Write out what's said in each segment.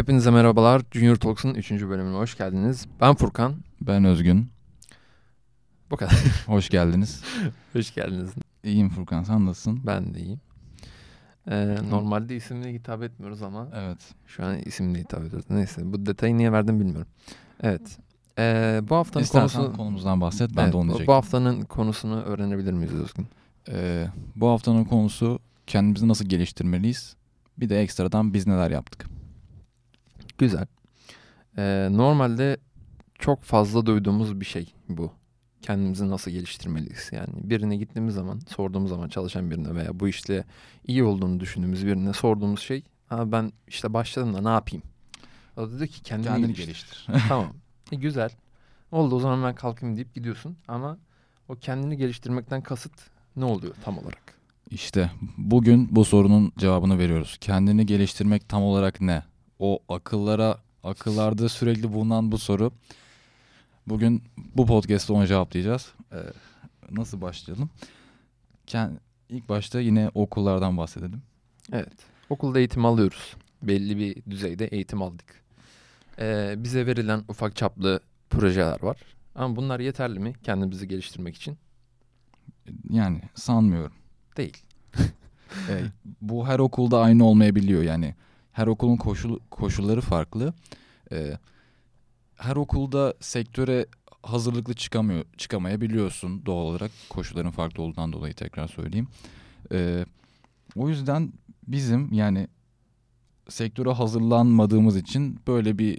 Hepinize merhabalar. Junior Talks'un 3. bölümüne hoş geldiniz. Ben Furkan. Ben Özgün. Bu kadar. Hoş geldiniz. Hoş geldiniz. İyiyim Furkan, sen nasılsın? Ben de iyiyim. Normalde isimle hitap etmiyoruz ama Evet. şu an isimle hitap ediyoruz. Neyse, bu detayı niye verdim bilmiyorum. Evet. Bu haftanın İstersen konumuzdan bahset, ben evet, de onu diyecektim. Bu haftanın konusunu öğrenebilir miyiz Özgün? Bu haftanın konusu kendimizi nasıl geliştirmeliyiz? Bir de ekstradan biz neler yaptık? Güzel. Normalde çok fazla duyduğumuz bir şey bu. Kendimizi nasıl geliştirmeliyiz? Yani birine gittiğimiz zaman, sorduğumuz zaman çalışan birine veya bu işte iyi olduğunu düşündüğümüz birine sorduğumuz şey, ben işte başladım da ne yapayım? O da diyor ki kendini geliştir. Tamam. Güzel. Oldu, o zaman ben kalkayım deyip gidiyorsun ama o kendini geliştirmekten kasıt ne oluyor tam olarak? İşte bugün bu sorunun cevabını veriyoruz. Kendini geliştirmek tam olarak ne? O akıllarda sürekli bulunan bu soru. Bugün bu podcast'ta onu cevaplayacağız. Nasıl başlayalım? İlk başta yine okullardan bahsedelim. Evet. Okulda eğitim alıyoruz. Belli bir düzeyde eğitim aldık. Bize verilen ufak çaplı projeler var. Ama bunlar yeterli mi kendimizi geliştirmek için? Yani sanmıyorum. Değil. Bu her okulda aynı olmayabiliyor. Yani her okulun koşulları farklı. Her okulda sektöre hazırlıklı çıkamayabiliyorsun doğal olarak. Koşulların farklı olduğundan dolayı tekrar söyleyeyim. O yüzden bizim yani sektöre hazırlanmadığımız için böyle bir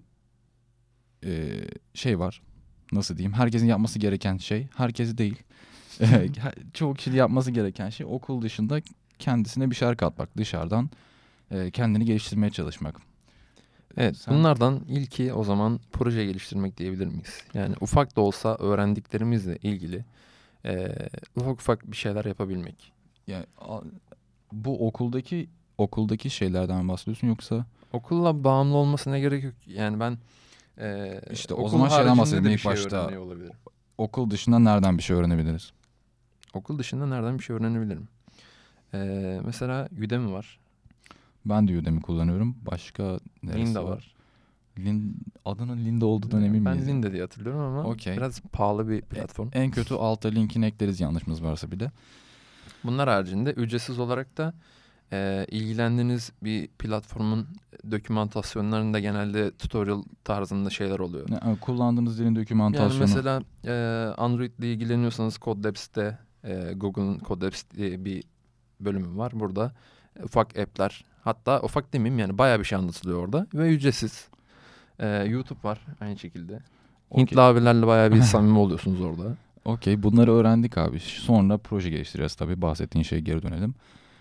şey var. Nasıl diyeyim? Herkesin yapması gereken şey, herkes değil. Çoğu kişinin yapması gereken şey okul dışında kendisine bir şeyler katmak. Dışarıdan kendini geliştirmeye çalışmak. Evet, bunlardan ilki o zaman proje geliştirmek diyebilir miyiz? Yani ufak da olsa öğrendiklerimizle ilgili ufak bir şeyler yapabilmek. Yani bu okuldaki şeylerden mi bahsediyorsun yoksa? Okulla bağımlı olmasına gerek yok. Yani ben işte o zaman şeyden bahsedelim ilk şey başta. Okul dışında nereden bir şey öğrenebiliriz? Okul dışında nereden bir şey öğrenebilirim? Mesela Udemy var. Ben de Udemy kullanıyorum. Başka neresi Linda var. Adının Linda olduğundan emin miyiz? Ben Linda diye hatırlıyorum ama biraz pahalı bir platform. En kötü altta linkini ekleriz yanlışımız varsa bile. Bunlar haricinde ücretsiz olarak da ilgilendiğiniz bir platformun dokümantasyonlarında genelde tutorial tarzında şeyler oluyor. Kullandığınız dilin dokümantasyonu. Yani mesela Android ile ilgileniyorsanız CodeLabs'te Google'ın CodeLabs diye bir bölümü var. Burada ufak app'ler, hatta ufak demeyeyim yani bayağı bir şey anlatılıyor orada ve ücretsiz. YouTube var aynı şekilde. Hintli abilerle bayağı bir samimi oluyorsunuz orada. Okey, bunları öğrendik abi. Sonra proje geliştireceğiz tabii. Bahsettiğin şeye geri dönelim.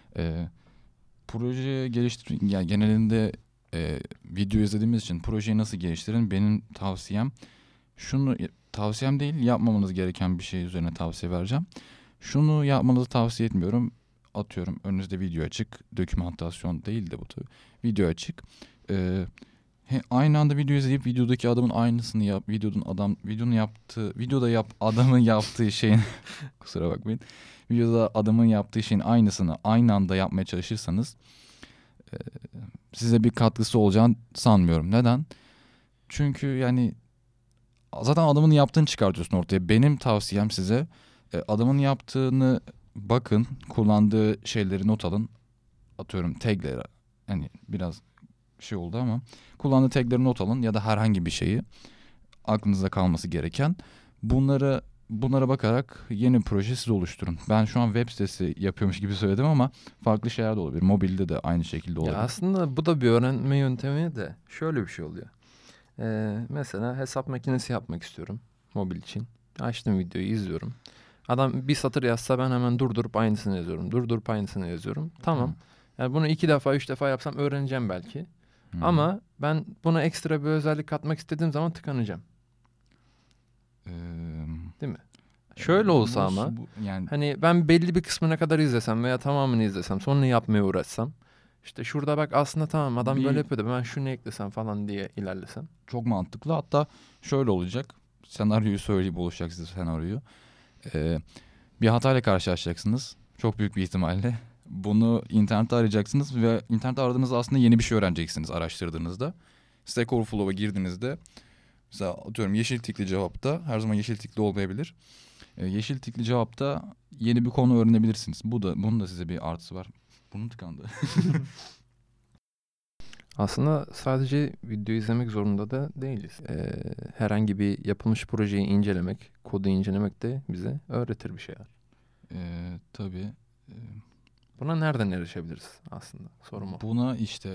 Proje yani genelinde video izlediğimiz için projeyi nasıl geliştirin? Benim tavsiyem tavsiyem değil, yapmamanız gereken bir şey üzerine tavsiye vereceğim. Şunu yapmanızı tavsiye etmiyorum. Atıyorum önünüzde video açık, dokümantasyon değil de bu tabii. Video açık. Aynı anda video izleyip videodaki adamın aynısını yap. Adamın yaptığı şeyin kusura bakmayın. Videoda adamın yaptığı şeyin aynısını aynı anda yapmaya çalışırsanız size bir katkısı olacağını sanmıyorum. Neden? Çünkü yani zaten adamın yaptığını çıkartıyorsun ortaya. Benim tavsiyem size adamın yaptığını bakın, kullandığı şeyleri not alın. Atıyorum tagleri. Hani biraz şey oldu ama kullandığı tagleri not alın ya da herhangi bir şeyi aklınızda kalması gereken. Bunlara bakarak yeni bir proje siz oluşturun. Ben şu an web sitesi yapıyormuş gibi söyledim ama farklı şeyler de olabilir. Mobilde de aynı şekilde olabilir. Ya aslında bu da bir öğrenme yöntemi de şöyle bir şey oluyor. Mesela hesap makinesi yapmak istiyorum mobil için. Açtım videoyu izliyorum. Adam bir satır yazsa ben hemen durdurup aynısını yazıyorum. Tamam. Yani bunu 2 defa 3 defa yapsam öğreneceğim belki. Ama ben buna ekstra bir özellik katmak istediğim zaman tıkanacağım. Değil mi? Şöyle olsa ama yani hani ben belli bir kısmına kadar izlesem veya tamamını izlesem sonra yapmaya uğraşsam. İşte şurada bak aslında tamam adam böyle yapıyordu, ben şunu eklesem falan diye ilerlesem. Çok mantıklı. Hatta şöyle olacak. Senaryoyu söyleyip oluşacak size senaryoyu. Bir hatayla karşılaşacaksınız. Çok büyük bir ihtimalle. Bunu internette arayacaksınız ve internette aradığınızda aslında yeni bir şey öğreneceksiniz araştırdığınızda. Stack Overflow'a girdiğinizde mesela atıyorum yeşil tikli cevapta her zaman yeşil tikli olmayabilir. Yeşil tikli cevapta yeni bir konu öğrenebilirsiniz. Bunun da size bir artısı var. Bunun tıkandı. Aslında sadece video izlemek zorunda da değiliz. Herhangi bir yapılmış projeyi incelemek, kodu incelemek de bize öğretir bir şeyler. Tabii. Buna nereden erişebiliriz aslında? Sorum o. Buna işte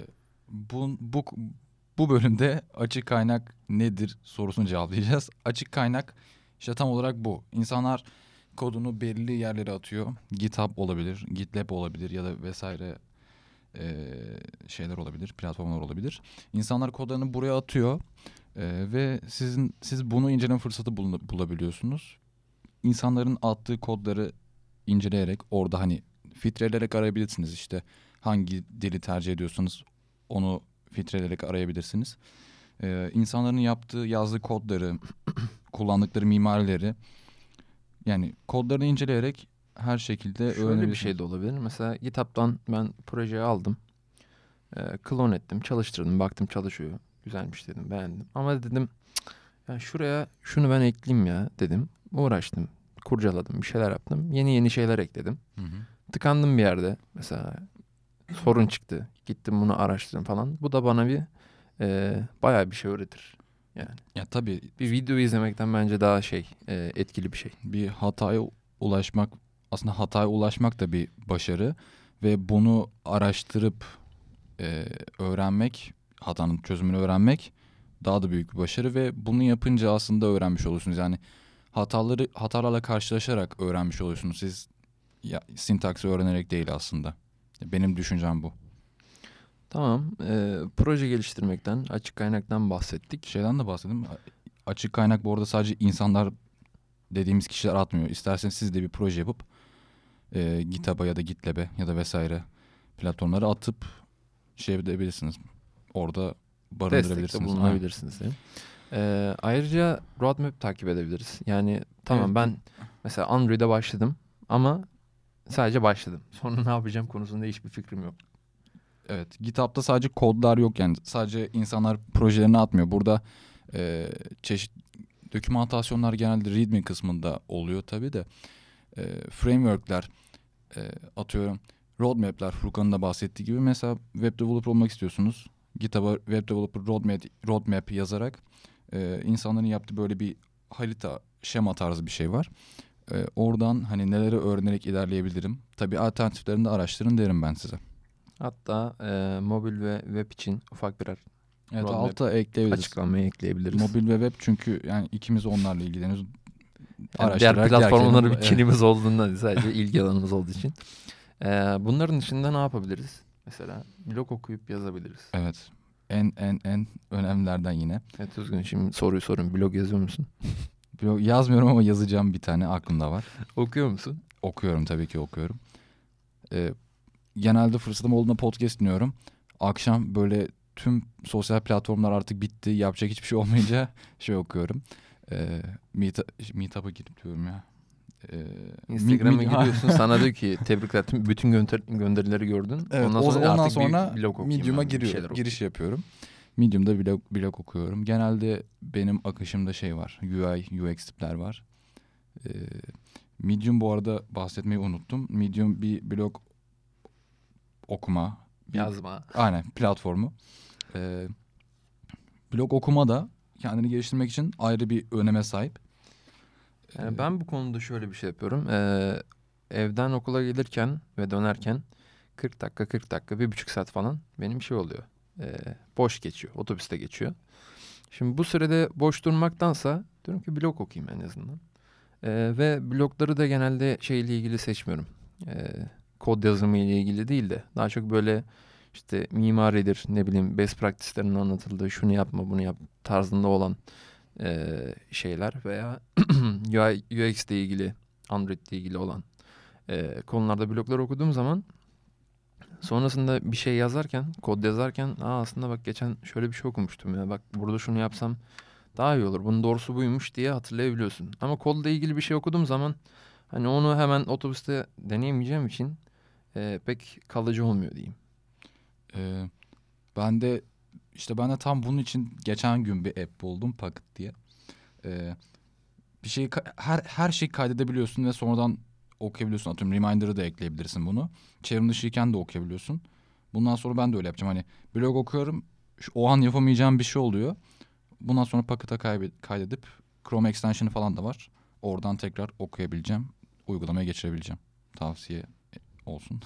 bu bölümde açık kaynak nedir sorusunu cevaplayacağız. Açık kaynak işte tam olarak bu. İnsanlar kodunu belli yerlere atıyor. GitHub olabilir, GitLab olabilir ya da vesaire şeyler olabilir, platformlar olabilir. İnsanlar kodlarını buraya atıyor ve siz bunu inceleme fırsatı bulabiliyorsunuz. İnsanların attığı kodları inceleyerek orada hani filtreleyerek arayabilirsiniz işte hangi dili tercih ediyorsanız onu filtreleyerek arayabilirsiniz. İnsanların yazdığı kodları, kullandıkları mimarileri yani kodlarını inceleyerek her şekilde öğrenebilirsiniz. Şöyle bir şey de olabilir. Mesela GitHub'dan ben projeyi aldım. Klon ettim, çalıştırdım, baktım çalışıyor. Güzelmiş dedim, beğendim. Ama dedim ya şuraya şunu ben ekleyeyim ya dedim. Uğraştım, kurcaladım, bir şeyler yaptım. Yeni şeyler ekledim. Hı hı. Tıkandım bir yerde. Mesela sorun çıktı. Gittim bunu araştırdım falan. Bu da bana bayağı bir şey öğretir. Yani Ya tabii bir video izlemekten bence daha etkili bir şey. bir hataya ulaşmak da bir başarı ve bunu araştırıp öğrenmek, hatanın çözümünü öğrenmek daha da büyük bir başarı ve bunu yapınca aslında öğrenmiş oluyorsunuz. Yani hatalarla karşılaşarak öğrenmiş oluyorsunuz. Siz sintaksi öğrenerek değil aslında. Benim düşüncem bu. Tamam. Proje geliştirmekten, açık kaynaktan bahsettik. Şeyden de bahsedeyim. Açık kaynak bu arada sadece insanlar dediğimiz kişiler atmıyor. İsterseniz siz de bir proje yapıp GitHub'a ya da GitLab'e ya da vesaire platformlara atıp şey edebilirsiniz. Orada barındırabilirsiniz. Destekte bulunabilirsiniz. Ayrıca roadmap takip edebiliriz. Yani tamam Evet, ben mesela Android'e başladım ama sadece başladım. Sonra ne yapacağım konusunda hiçbir fikrim yok. Evet, GitHub'da sadece kodlar yok yani sadece insanlar projelerini atmıyor. Burada çeşit dokümantasyonlar genelde README kısmında oluyor tabii de frameworkler atıyorum roadmap'ler Furkan'ın da bahsettiği gibi mesela web developer olmak istiyorsunuz. GitHub'a web developer roadmap yazarak insanların yaptığı böyle bir harita şema tarzı bir şey var. Oradan hani neleri öğrenerek ilerleyebilirim. Tabii alternatiflerini de araştırın derim ben size. Hatta mobil ve web için ufak birer Evet, roadmap alta ekleyebiliriz. açıklamaya ekleyebiliriz. Mobil ve web çünkü yani ikimiz onlarla ilgileniyoruz. Yani diğer platformlara bir evet. kinimiz olduğundan değil, sadece ilgi alanımız olduğu için. Bunların dışında ne yapabiliriz? Mesela blog okuyup yazabiliriz. Evet. En önemlilerden yine. Evet Özgün, şimdi soruyu sorun. Blog yazıyor musun? Blog yazmıyorum ama yazacağım bir tane aklımda var. Okuyor musun? Okuyorum, tabii ki okuyorum. Genelde fırsatım olduğunda podcast dinliyorum. Akşam böyle tüm sosyal platformlar artık bitti. Yapacak hiçbir şey olmayınca okuyorum. Meetup'a girip diyorum ya. Instagram'a giriyorsun, sana diyor ki tebrikler, bütün gönderileri gördün. Evet, ondan sonra bir blog Medium'a giriş yapıyorum. Medium'da blog okuyorum. Genelde benim akışımda var. UI, UX tipler var. Medium bu arada bahsetmeyi unuttum. Medium bir blog okuma. Yazma. Aynen, platformu. Blog okuma da kendini geliştirmek için ayrı bir öneme sahip. Ben bu konuda şöyle bir şey yapıyorum. Evden okula gelirken ve dönerken 40 dakika, 1,5 saat falan benim oluyor. Boş geçiyor. Otobüste geçiyor. Şimdi bu sürede boş durmaktansa diyorum ki blog okuyayım en azından. Ve blogları da genelde ile ilgili seçmiyorum. Kod yazımı ile ilgili değil de daha çok böyle işte mimaridir, ne bileyim best practice'lerin anlatıldığı, şunu yapma bunu yap tarzında olan şeyler veya UI, UX ile ilgili, Android ile ilgili olan konularda bloglar okuduğum zaman sonrasında bir şey yazarken, kod yazarken aslında bak geçen şöyle bir şey okumuştum ya, bak burada şunu yapsam daha iyi olur, bunun doğrusu buymuş diye hatırlayabiliyorsun. Ama kodla ilgili bir şey okuduğum zaman hani onu hemen otobüste deneyemeyeceğim için pek kalıcı olmuyor diyeyim. Ben de İşte ben de tam bunun için geçen gün bir app buldum, Pocket diye. Ee, Bir şeyi her şeyi kaydedebiliyorsun ve sonradan okuyabiliyorsun. Atıyorum Reminder'ı da ekleyebilirsin bunu. Çevrim dışıyken de okuyabiliyorsun. Bundan sonra ben de öyle yapacağım. Hani blog okuyorum, o an yapamayacağım bir şey oluyor. Bundan sonra Pocket'a kaydedip Chrome extension'ı falan da var. Oradan tekrar okuyabileceğim, uygulamaya geçirebileceğim. Tavsiye olsun.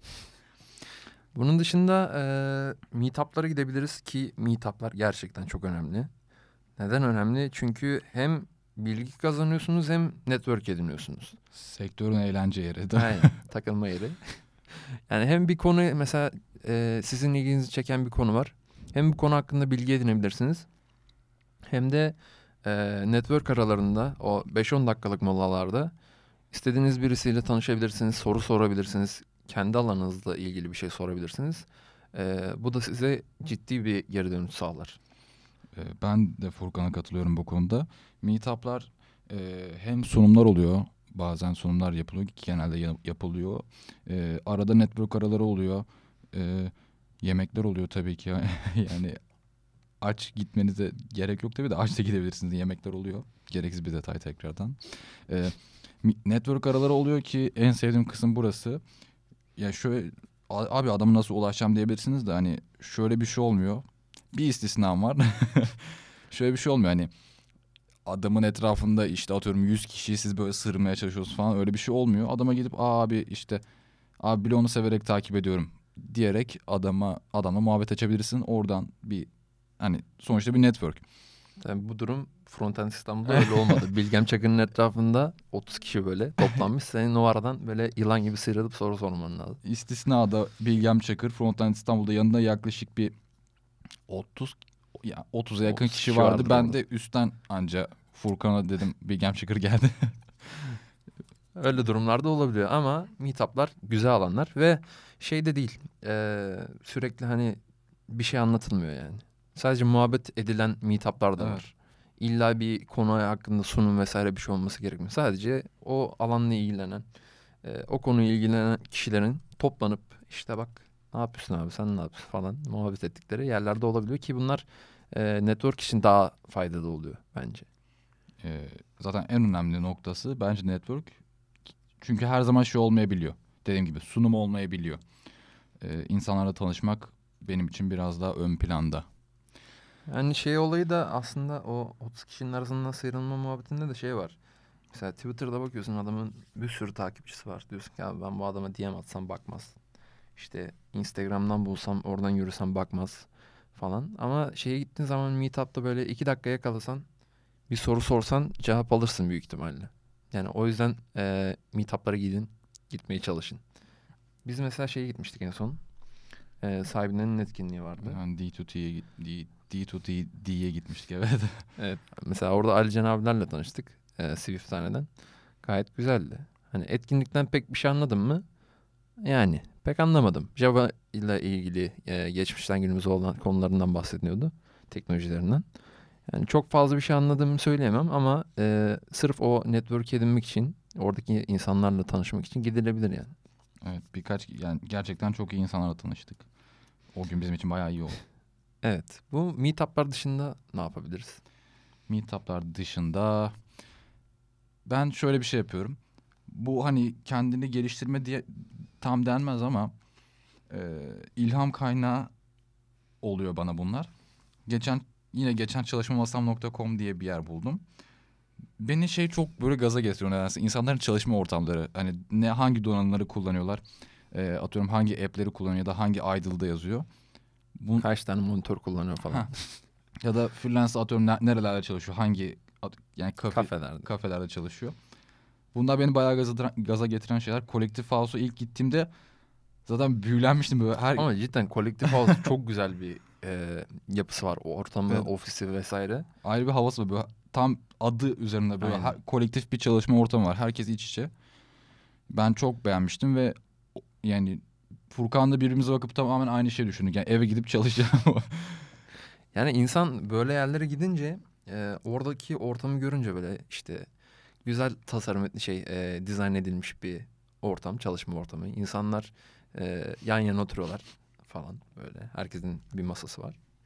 Bunun dışında meetup'lara gidebiliriz ki meetup'lar gerçekten çok önemli. Neden önemli? Çünkü hem bilgi kazanıyorsunuz hem network ediniyorsunuz. Sektörün eğlence yeri de. Aynen, takılma yeri. Yani hem bir konu mesela sizin ilginizi çeken bir konu var. Hem bu konu hakkında bilgi edinebilirsiniz. Hem de network aralarında o 5-10 dakikalık molalarda istediğiniz birisiyle tanışabilirsiniz, soru sorabilirsiniz. Kendi alanınızla ilgili bir şey sorabilirsiniz. Bu da size ciddi bir geri dönüş sağlar. Ben de Furkan'a katılıyorum bu konuda. Meetup'lar hem sunumlar oluyor. Bazen sunumlar yapılıyor ki genelde yapılıyor. Arada network araları oluyor. Yemekler oluyor tabii ki. Yani aç gitmenize gerek yok tabii de aç da gidebilirsiniz. Yemekler oluyor. Gereksiz bir detay tekrardan. Network araları oluyor ki en sevdiğim kısım burası. Ya şöyle abi adamı nasıl ulaşacağım diyebilirsiniz de hani şöyle bir şey olmuyor. Bir istisnam var. Şöyle bir şey olmuyor hani adamın etrafında işte atıyorum 100 kişiyi siz böyle sırmaya çalışıyorsunuz falan, öyle bir şey olmuyor. Adama gidip abi işte abi bile onu severek takip ediyorum diyerek adamla muhabbet açabilirsin. Oradan bir hani sonuçta bir network. Yani bu durum Frontend İstanbul'da öyle olmadı. Bilgem Çakır'ın etrafında 30 kişi böyle toplanmış. Senin o aradan böyle yılan gibi sıyrılıp soru sorman lazım. İstisnada Bilgem Çakır Frontend İstanbul'da yanında yaklaşık bir 30 ya 30'a yakın 30 kişi kişi vardı. vardır Ben orada. de üstten anca Furkan'a dedim Bilgem Çakır geldi. Öyle durumlarda olabiliyor ama meetup'lar güzel alanlar ve şey de değil. Sürekli hani bir şey anlatılmıyor yani. Sadece muhabbet edilen meetup'lar da Evet. var. İlla bir konu hakkında sunum vesaire bir şey olması gerekmiyor. Sadece o alanla ilgilenen, o konuya ilgilenen kişilerin toplanıp işte bak ne yapıyorsun abi sen ne yapıyorsun falan muhabbet ettikleri yerlerde olabiliyor ki bunlar network için daha faydalı oluyor bence. Zaten en önemli noktası bence network. Çünkü her zaman şey olmayabiliyor. Dediğim gibi sunum olmayabiliyor. İnsanlarla tanışmak benim için biraz daha ön planda. Yani şey olayı da aslında o 30 kişinin arasından sıyrılma muhabbetinde de şey var. Mesela Twitter'da bakıyorsun adamın bir sürü takipçisi var. Diyorsun ki abi ben bu adama DM atsam bakmaz. İşte Instagram'dan bulsam oradan yürüsem bakmaz falan. Ama şeye gittiğin zaman Meetup'ta böyle 2 dakika yakalasan bir soru sorsan cevap alırsın büyük ihtimalle. Yani o yüzden Meetup'lara gitmeye çalışın. Biz mesela şeye gitmiştik en son. Sahibinden etkinliği vardı. Yani D2D'ye gitmiştik evet. Evet. Mesela orada Ali Can abilerle tanıştık. Swifthane'den. Gayet güzeldi. Hani etkinlikten pek bir şey anladım mı? Yani pek anlamadım. Java ile ilgili geçmişten günümüze olan konularından bahsediyordu. Teknolojilerinden. Yani çok fazla bir şey anladığımı söyleyemem ama sırf o network edinmek için, oradaki insanlarla tanışmak için gidilebilir yani. Evet, yani gerçekten çok iyi insanlarla tanıştık. O gün bizim için bayağı iyi oldu. Evet. Bu meetup'lar dışında ne yapabiliriz? Meetup'lar dışında ben şöyle bir şey yapıyorum. Bu hani kendini geliştirme diye tam denmez ama ilham kaynağı oluyor bana bunlar. Geçen çalışmamasam.com diye bir yer buldum. Beni çok böyle gaza getiriyor nedense. İnsanların çalışma ortamları. Hani hangi donanımları kullanıyorlar. Atıyorum hangi app'leri kullanıyor ya da hangi idle'da yazıyor. Kaç tane monitör kullanıyor falan. Heh. Ya da freelance atıyorum nerelerde çalışıyor. Yani Kafelerde. kafelerde çalışıyor. Bunlar beni bayağı gaza getiren şeyler. Collective House'a ilk gittiğimde zaten büyülenmiştim böyle. Ama cidden Collective House çok güzel bir yapısı var. O ortamı, Evet. ofisi vesaire. Ayrı bir havası var. Böyle tam adı üzerinde böyle Aynen. kolektif bir çalışma ortamı var. Herkes iç içe. Ben çok beğenmiştim ve yani Furkan'la birbirimize bakıp tamamen aynı şey düşündük. Yani eve gidip çalışacağım. Yani insan böyle yerlere gidince oradaki ortamı görünce böyle işte güzel tasarım dizayn edilmiş bir ortam, çalışma ortamı. İnsanlar yan yana oturuyorlar falan böyle. Herkesin bir masası var.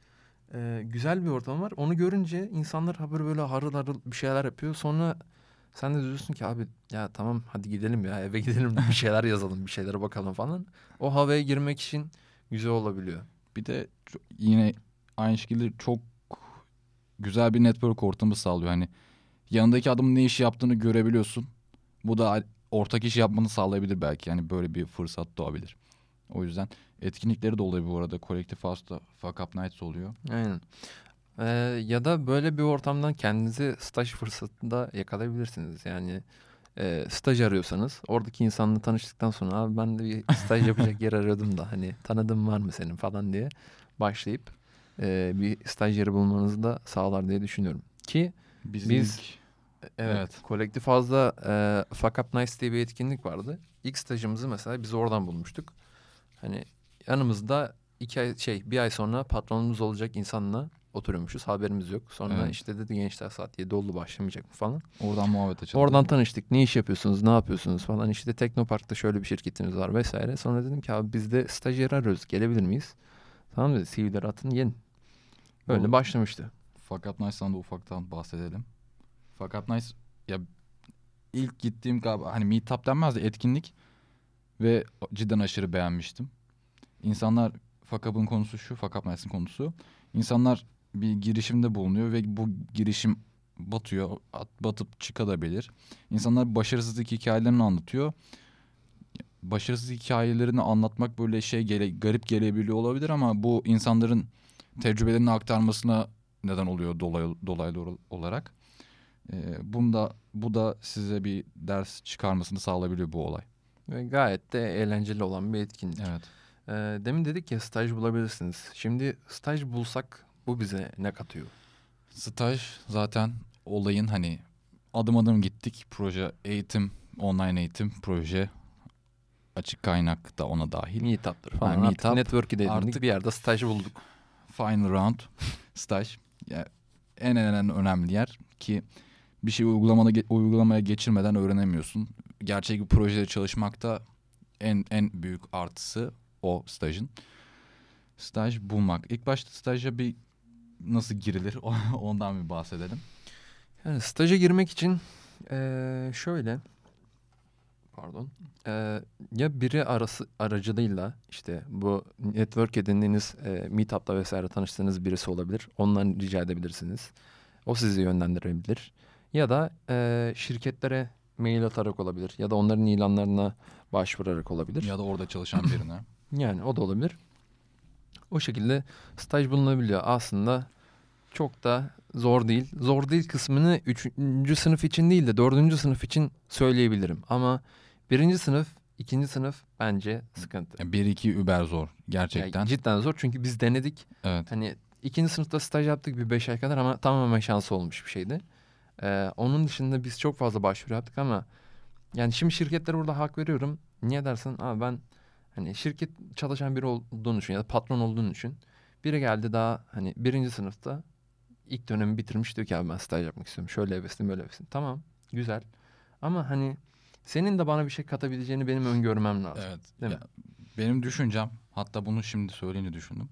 Güzel bir ortam var. Onu görünce insanlar böyle harıl harıl bir şeyler yapıyor. Sonra sen de diyorsun ki abi ya tamam hadi gidelim ya eve gidelim bir şeyler yazalım bir şeylere bakalım falan. O havaya girmek için güzel olabiliyor. Bir de yine aynı şekilde çok güzel bir network ortamı sağlıyor. Hani yanındaki adamın ne iş yaptığını görebiliyorsun. Bu da ortak iş yapmanı sağlayabilir belki. Yani böyle bir fırsat doğabilir. O yüzden etkinlikleri de oluyor bu arada. Collective House'da Fuck Up Nights oluyor. Aynen. Ya da böyle bir ortamdan kendinizi staj fırsatında yakalayabilirsiniz. Yani staj arıyorsanız oradaki insanla tanıştıktan sonra abi ben de bir staj yapacak yer arıyordum da hani tanıdığın var mı senin falan diye başlayıp bir staj yeri bulmanızı da sağlar diye düşünüyorum. Ki Bizim biz ilk... evet. Kolektif Faz'da Fuck Up Nice diye bir etkinlik vardı. İlk stajımızı mesela biz oradan bulmuştuk. Hani yanımızda bir ay sonra patronumuz olacak insanla oturuyormuşuz. Haberimiz yok. Sonra Evet. işte dedi gençler saat 7 oldu başlamayacak mı falan. Oradan muhabbet açıldı. Oradan tanıştık. Ne iş yapıyorsunuz, ne yapıyorsunuz falan. İşte Teknopark'ta şöyle bir şirketimiz var vesaire. Sonra dedim ki abi biz de stajyer arıyoruz. Gelebilir miyiz? Tamam dedi. CV'leri atın gelin. Öyle başlamıştı. Fuck Up Nights'tan da ufaktan bahsedelim. Fuck Up Nights ya ilk gittiğim galiba hani meetup denmez de etkinlik ve cidden aşırı beğenmiştim. İnsanlar Fuck Up'ın konusu şu, Fuck Up Nights'ın konusu. İnsanlar bir girişimde bulunuyor ve bu girişim batıyor, batıp çıkabilir. İnsanlar başarısızlık hikayelerini anlatıyor. Başarısız hikayelerini anlatmak böyle garip gelebiliyor olabilir ama bu insanların tecrübelerini aktarmasına neden oluyor dolaylı olarak. Bu da size bir ders çıkarmasını sağlayabiliyor bu olay. Ve gayet de eğlenceli olan bir etkinlik. Evet. Demin dedik ya staj bulabilirsiniz. Şimdi staj bulsak bu bize ne katıyor? Staj zaten olayın hani adım adım gittik. Proje, eğitim, online eğitim, proje, açık kaynak da ona dahil. Meetup'tır falan. Yani Artık meetup, network'ü de edindik. artık Bir yerde staj bulduk. final round, staj. Yani en önemli yer ki bir şeyi uygulamaya geçirmeden öğrenemiyorsun. Gerçek bir projede çalışmak da en büyük artısı o stajın. Staj bulmak. İlk başta staja bir nasıl girilir ondan bir bahsedelim. Yani staja girmek için şöyle ya biri aracılığıyla işte bu network edindiğiniz meetup'ta vesaire tanıştığınız birisi olabilir. Ondan rica edebilirsiniz. O sizi yönlendirebilir. Ya da şirketlere mail atarak olabilir. Ya da onların ilanlarına başvurarak olabilir. Ya da orada çalışan birine. Yani o da olabilir. O şekilde staj bulunabiliyor. Aslında çok da zor değil. Zor değil kısmını 3. sınıf için değil de 4. sınıf için söyleyebilirim. Ama 1. sınıf, 2. sınıf bence sıkıntı. 1-2 über zor gerçekten. Yani cidden zor çünkü biz denedik. Evet. Hani 2. sınıfta staj yaptık bir 5 ay kadar ama tamamen şansı olmuş bir şeydi. Onun dışında biz çok fazla başvuru yaptık ama yani şimdi şirketlere burada hak veriyorum. Niye dersen abi ben hani şirket çalışan biri olduğunu düşün ya da patron olduğunu düşün. Biri geldi daha hani 1. sınıfta ilk dönemi bitirmiş diyor ki abi ben staj yapmak istiyorum. Şöyle hevesliyim böyle hevesliyim. Tamam güzel ama hani senin de bana bir şey katabileceğini benim öngörmem lazım. Evet. Değil mi? Benim düşüncem hatta bunu şimdi söyleyince düşündüm.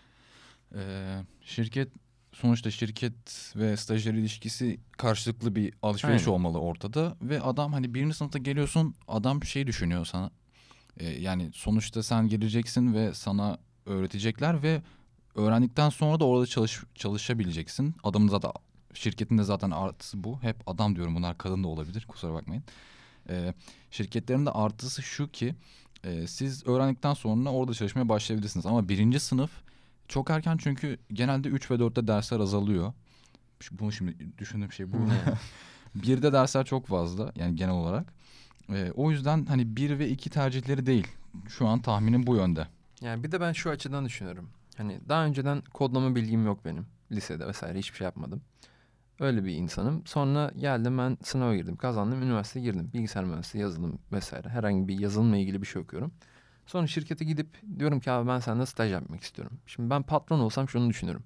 Sonuçta şirket ve stajyer ilişkisi karşılıklı bir alışveriş Aynen. olmalı ortada ve adam hani 1. sınıfta geliyorsun adam şey düşünüyor sana. Yani sonuçta sen gireceksin ve sana öğretecekler ve öğrendikten sonra da orada çalışabileceksin. Adamın zaten şirketin de zaten artısı bu. Hep adam diyorum bunlar kadın da olabilir kusura bakmayın. Şirketlerin de artısı şu ki siz öğrendikten sonra orada çalışmaya başlayabilirsiniz. Ama 1. sınıf çok erken çünkü genelde 3 ve 4'te dersler azalıyor. Bunu şimdi düşündüğüm şey bu. 1'de dersler çok fazla yani genel olarak. O yüzden hani 1 ve 2 tercihleri değil. Şu an tahminim bu yönde. Yani bir de ben şu açıdan düşünüyorum. Hani daha önceden kodlama bilgim yok benim. Lisede vesaire hiçbir şey yapmadım. Öyle bir insanım. Sonra geldim ben sınava girdim. Kazandım. Üniversiteye girdim. Bilgisayar mühendisliği, yazılım vesaire. Herhangi bir yazılımla ilgili bir şey okuyorum. Sonra şirkete gidip diyorum ki abi ben sende staj yapmak istiyorum. Şimdi ben patron olsam şunu düşünüyorum.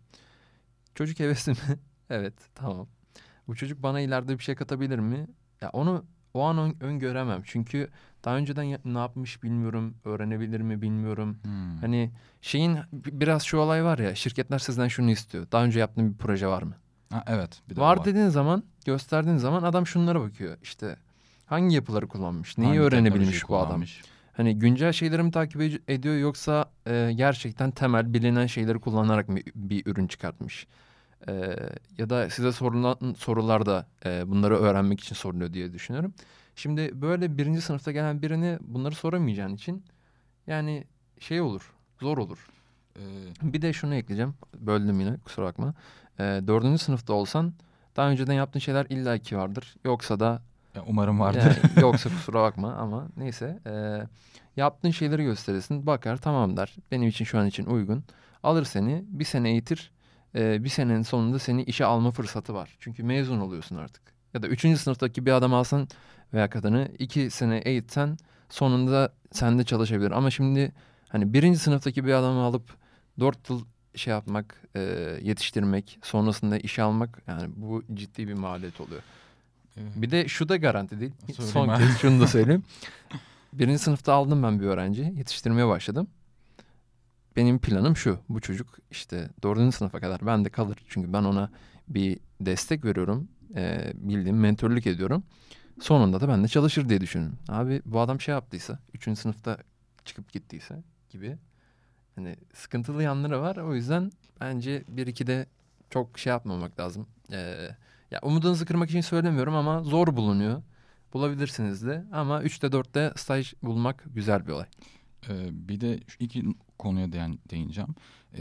Çocuk hevesli mi? Evet tamam. Bu çocuk bana ileride bir şey katabilir mi? Ya onu o an öngöremem. Çünkü daha önceden ne yapmış bilmiyorum, öğrenebilir mi bilmiyorum. Hani şeyin biraz şu olay var ya, şirketler sizden şunu istiyor. Daha önce yaptığın bir proje var mı? Ha, evet, bir de o Var var. dediğin zaman, gösterdiğin zaman adam şunlara bakıyor. İşte hangi yapıları kullanmış, neyi Hangi teknolojiyi öğrenebilmiş bu adam? kullanmış? Hani güncel şeyleri mi takip ediyor yoksa gerçekten temel bilinen şeyleri kullanarak mı bir ürün çıkartmış? Ya da size sorulan sorular da bunları öğrenmek için soruluyor diye düşünüyorum. Şimdi böyle birinci sınıfta gelen birine bunları soramayacağın için yani şey olur, zor olur. Ee, Bir de şunu ekleyeceğim, böldüm yine kusura bakma. Dördüncü sınıfta olsan daha önceden yaptığın şeyler illaki vardır. Yoksa da Ya umarım vardır. yani yoksa kusura bakma ama neyse. Yaptığın şeyleri gösterirsin. Bakar tamam der. Benim için şu an için uygun. Alır seni bir sene eğitir. Bir senenin sonunda seni işe alma fırsatı var. Çünkü mezun oluyorsun artık. Ya da üçüncü sınıftaki bir adam alsan veya kadını 2 sene eğitsen sonunda sende çalışabilir. Ama şimdi hani birinci sınıftaki bir adamı alıp 4 yıl şey yapmak, yetiştirmek, sonrasında işe almak yani bu ciddi bir maliyet oluyor. Bir de şu da garanti değil. Söyleyeyim Son abi. kez şunu da söyleyeyim. Birinci sınıfta aldım ben bir öğrenci. Yetiştirmeye başladım. Benim planım şu. Bu çocuk işte dördüncü sınıfa kadar bende kalır. Çünkü ben ona bir destek veriyorum. Bildiğim mentörlük ediyorum. Sonunda da bende çalışır diye düşünüyorum. Abi bu adam şey yaptıysa, üçüncü sınıfta çıkıp gittiyse gibi. Hani sıkıntılı yanları var. O yüzden bence bir iki de çok şey yapmamak lazım. Ya umudunuzu kırmak için söylemiyorum ama zor bulunuyor. Bulabilirsiniz de ama 3'te 4'te staj bulmak güzel bir olay. Bir de şu iki konuya değineceğim.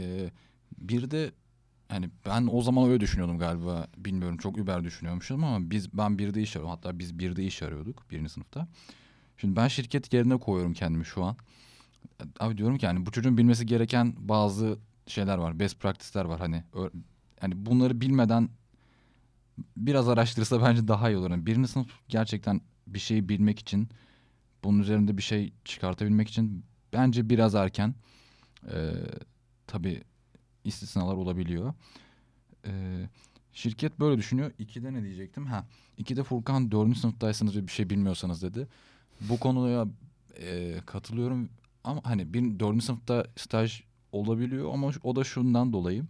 Bir de hani ben o zaman öyle düşünüyordum galiba. Bilmiyorum, çok über düşünüyormuşum ama ben birde iş arıyordum. Hatta biz birde iş arıyorduk birinci sınıfta. Şimdi ben şirket yerine koyuyorum kendimi şu an. Abi diyorum ki hani bu çocuğun bilmesi gereken bazı şeyler var. Best practice'ler var hani. Hani bunları bilmeden biraz araştırsa bence daha iyi olur. Yani birinci sınıf gerçekten bir şeyi bilmek için, bunun üzerinde bir şey çıkartabilmek için bence biraz erken. Ee, tabii istisnalar olabiliyor. Ee, şirket böyle düşünüyor. 2'de ne diyecektim? İkide Furkan 4. sınıftaysanız ve bir şey bilmiyorsanız dedi. Bu konuya katılıyorum. Ama hani 4. sınıfta staj olabiliyor ama o da şundan dolayı.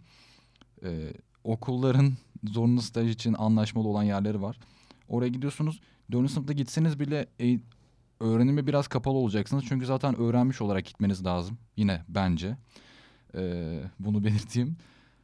Okulların zorunlu staj için anlaşmalı olan yerleri var. Oraya gidiyorsunuz. 4. sınıfta gitseniz bile öğrenime biraz kapalı olacaksınız. Çünkü zaten öğrenmiş olarak gitmeniz lazım. Yine bence. Bunu belirteyim.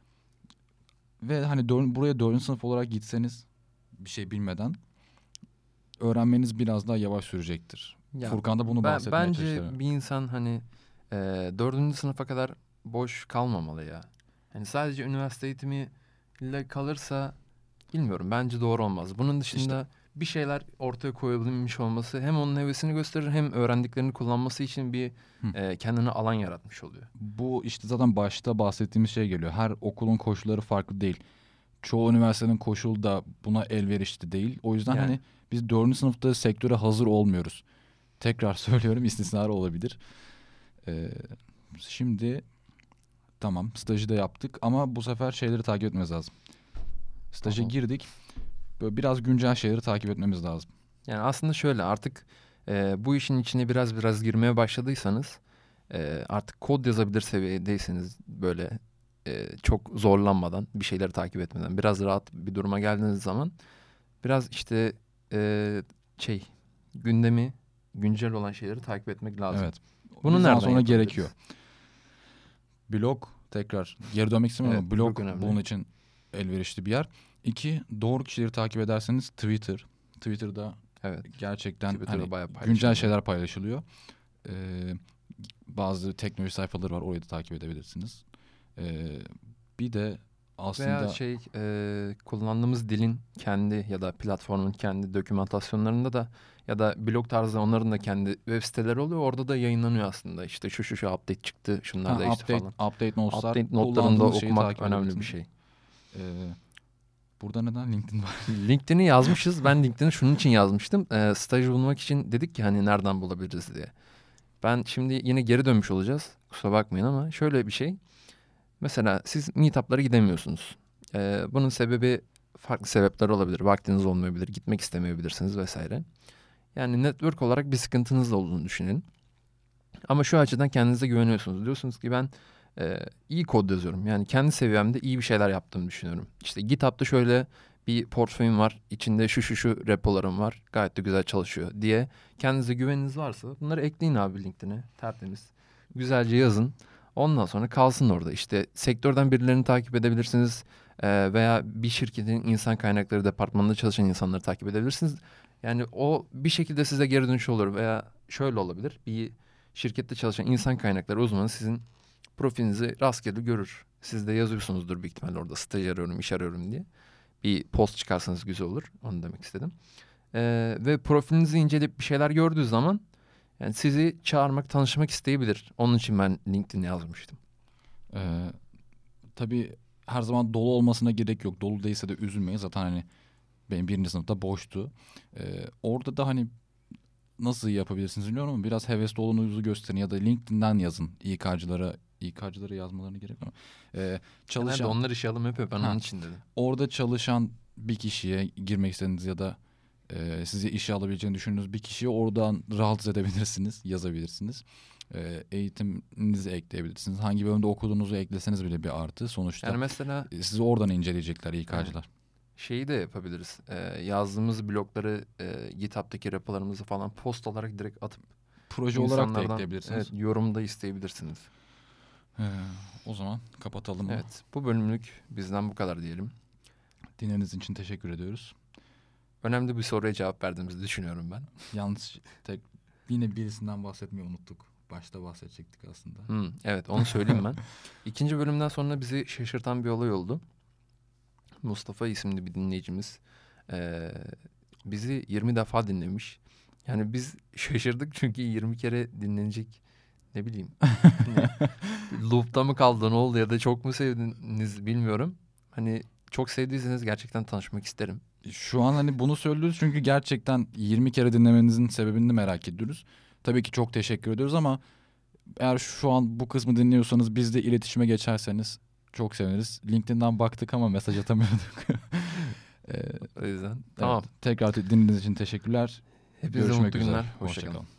Ve hani buraya 4. sınıf olarak gitseniz bir şey bilmeden öğrenmeniz biraz daha yavaş sürecektir. Ya Furkan da bunu bahsetmeye bence çalışıyor. bir insan hani dördüncü sınıfa kadar boş kalmamalı ya. Hani sadece üniversite eğitimiyle kalırsa bilmiyorum bence doğru olmaz. Bunun dışında bir şeyler ortaya koyulmuş olması hem onun hevesini gösterir hem öğrendiklerini kullanması için bir kendine alan yaratmış oluyor. Bu işte zaten başta bahsettiğimiz şey geliyor. Her okulun koşulları farklı değil. Çoğu üniversitenin koşulu da buna elverişli değil. O yüzden Yani. hani biz 4. sınıfta sektöre hazır olmuyoruz. Tekrar söylüyorum, istisnalar olabilir. Şimdi tamam, stajı da yaptık ama bu sefer şeyleri takip etmemiz lazım. Staja girdik. Böyle biraz güncel şeyleri takip etmemiz lazım. Yani aslında şöyle artık bu işin içine biraz girmeye başladıysanız artık kod yazabilir seviyedeyseniz böyle çok zorlanmadan bir şeyleri takip etmeden biraz rahat bir duruma geldiğiniz zaman biraz işte gündemi güncel olan şeyleri takip etmek lazım. Evet. Bunu Bizden nereden sonra yapabiliriz? gerekiyor. Blog, tekrar geri dönmek istemiyorum ama blog önemli. bunun için elverişli bir yer. 2, doğru kişileri takip ederseniz Twitter. Twitter'da gerçekten Twitter'da hani güncel şeyler paylaşılıyor. Bazı teknoloji sayfaları var, orayı da takip edebilirsiniz. Bir de aslında veya kullandığımız dilin kendi ya da platformun kendi dokümantasyonlarında da ya da blog tarzı onların da kendi web siteleri oluyor. Orada da yayınlanıyor aslında. İşte şu update çıktı, şunlar değişti falan. Update notes'lar, Update notlarını da okumak takip önemli bir şey. Burada neden LinkedIn var? LinkedIn'i yazmışız. Ben LinkedIn'i şunun için yazmıştım. Staj bulmak için dedik ki hani nereden bulabiliriz diye. Ben şimdi yine geri dönmüş olacağız. Kusura bakmayın ama şöyle bir şey. Mesela siz meetup'lara gidemiyorsunuz. Bunun sebebi farklı sebepler olabilir. Vaktiniz olmayabilir, gitmek istemeyebilirsiniz vesaire. Yani network olarak bir sıkıntınız da olduğunu düşünelim. Ama şu açıdan kendinize güveniyorsunuz. Diyorsunuz ki ben iyi kod yazıyorum. Yani kendi seviyemde iyi bir şeyler yaptığımı düşünüyorum. İşte GitHub'da şöyle bir portföyüm var. İçinde şu repolarım var. Gayet de güzel çalışıyor diye kendinize güveniniz varsa bunları ekleyin abi LinkedIn'e. Tertemiz. Güzelce yazın. Ondan sonra kalsın orada. İşte sektörden birilerini takip edebilirsiniz. Veya bir şirketin insan kaynakları departmanında çalışan insanları takip edebilirsiniz. Yani o bir şekilde size geri dönüş olur veya şöyle olabilir. Bir şirkette çalışan insan kaynakları uzmanı sizin profilinizi rastgele görür. Siz de yazıyorsunuzdur büyük ihtimalle orada staj arıyorum, iş arıyorum diye. Bir post çıkarsanız güzel olur. Onu demek istedim. Ve profilinizi inceleyip bir şeyler gördüğü zaman yani sizi çağırmak, tanışmak isteyebilir. Onun için ben LinkedIn yazmıştım. Tabii her zaman dolu olmasına gerek yok. Dolu değilse de üzülmeyin. Zaten hani benim birinci sınıfta boştu. Orada da hani nasıl yapabilirsiniz bilmiyorum ama biraz hevesli olduğunuzu gösterin ya da LinkedIn'den yazın. İK'cılara yazmalarına gerek yok. Çalışan... onlar işe alım yapıyor. Ben onun için dedim. Orada çalışan bir kişiye girmek istediğiniz ya da sizi işe alabileceğini düşündüğünüz bir kişiyi oradan rahatsız edebilirsiniz, yazabilirsiniz. Eğitiminizi ekleyebilirsiniz. Hangi bölümde okuduğunuzu ekleseniz bile bir artı. Sonuçta yani mesela sizi oradan inceleyecekler İK'cılar. Şeyi de yapabiliriz. Yazdığımız blogları, GitHub'daki repolarımızı falan post olarak direkt atıp proje olarak da ekleyebilirsiniz. Evet, yorum da isteyebilirsiniz. O zaman kapatalım. Evet, bu bölümlük bizden bu kadar diyelim. Dinlediğiniz için teşekkür ediyoruz. Önemli bir soruya cevap verdiğimizi düşünüyorum ben. Yalnız yine birisinden bahsetmeyi unuttuk. Başta bahsedecektik aslında. Evet, onu söyleyeyim ben. İkinci bölümden sonra bizi şaşırtan bir olay oldu. Mustafa isimli bir dinleyicimiz bizi 20 defa dinlemiş. Yani biz şaşırdık çünkü 20 kere dinlenecek, ne bileyim. Loop'ta mı kaldı, ne oldu ya da çok mu sevdiniz bilmiyorum. Hani çok sevdiyseniz gerçekten tanışmak isterim. Şu an hani bunu söylüyoruz çünkü gerçekten 20 kere dinlemenizin sebebini merak ediyoruz. Tabii ki çok teşekkür ediyoruz ama eğer şu an bu kısmı dinliyorsanız bizle iletişime geçerseniz çok seviniriz. LinkedIn'den baktık ama mesaj atamıyorduk. O yüzden tamam. Evet, tekrar dinlediğiniz için teşekkürler. Hepinize mutlu günler. Hoşça kalın.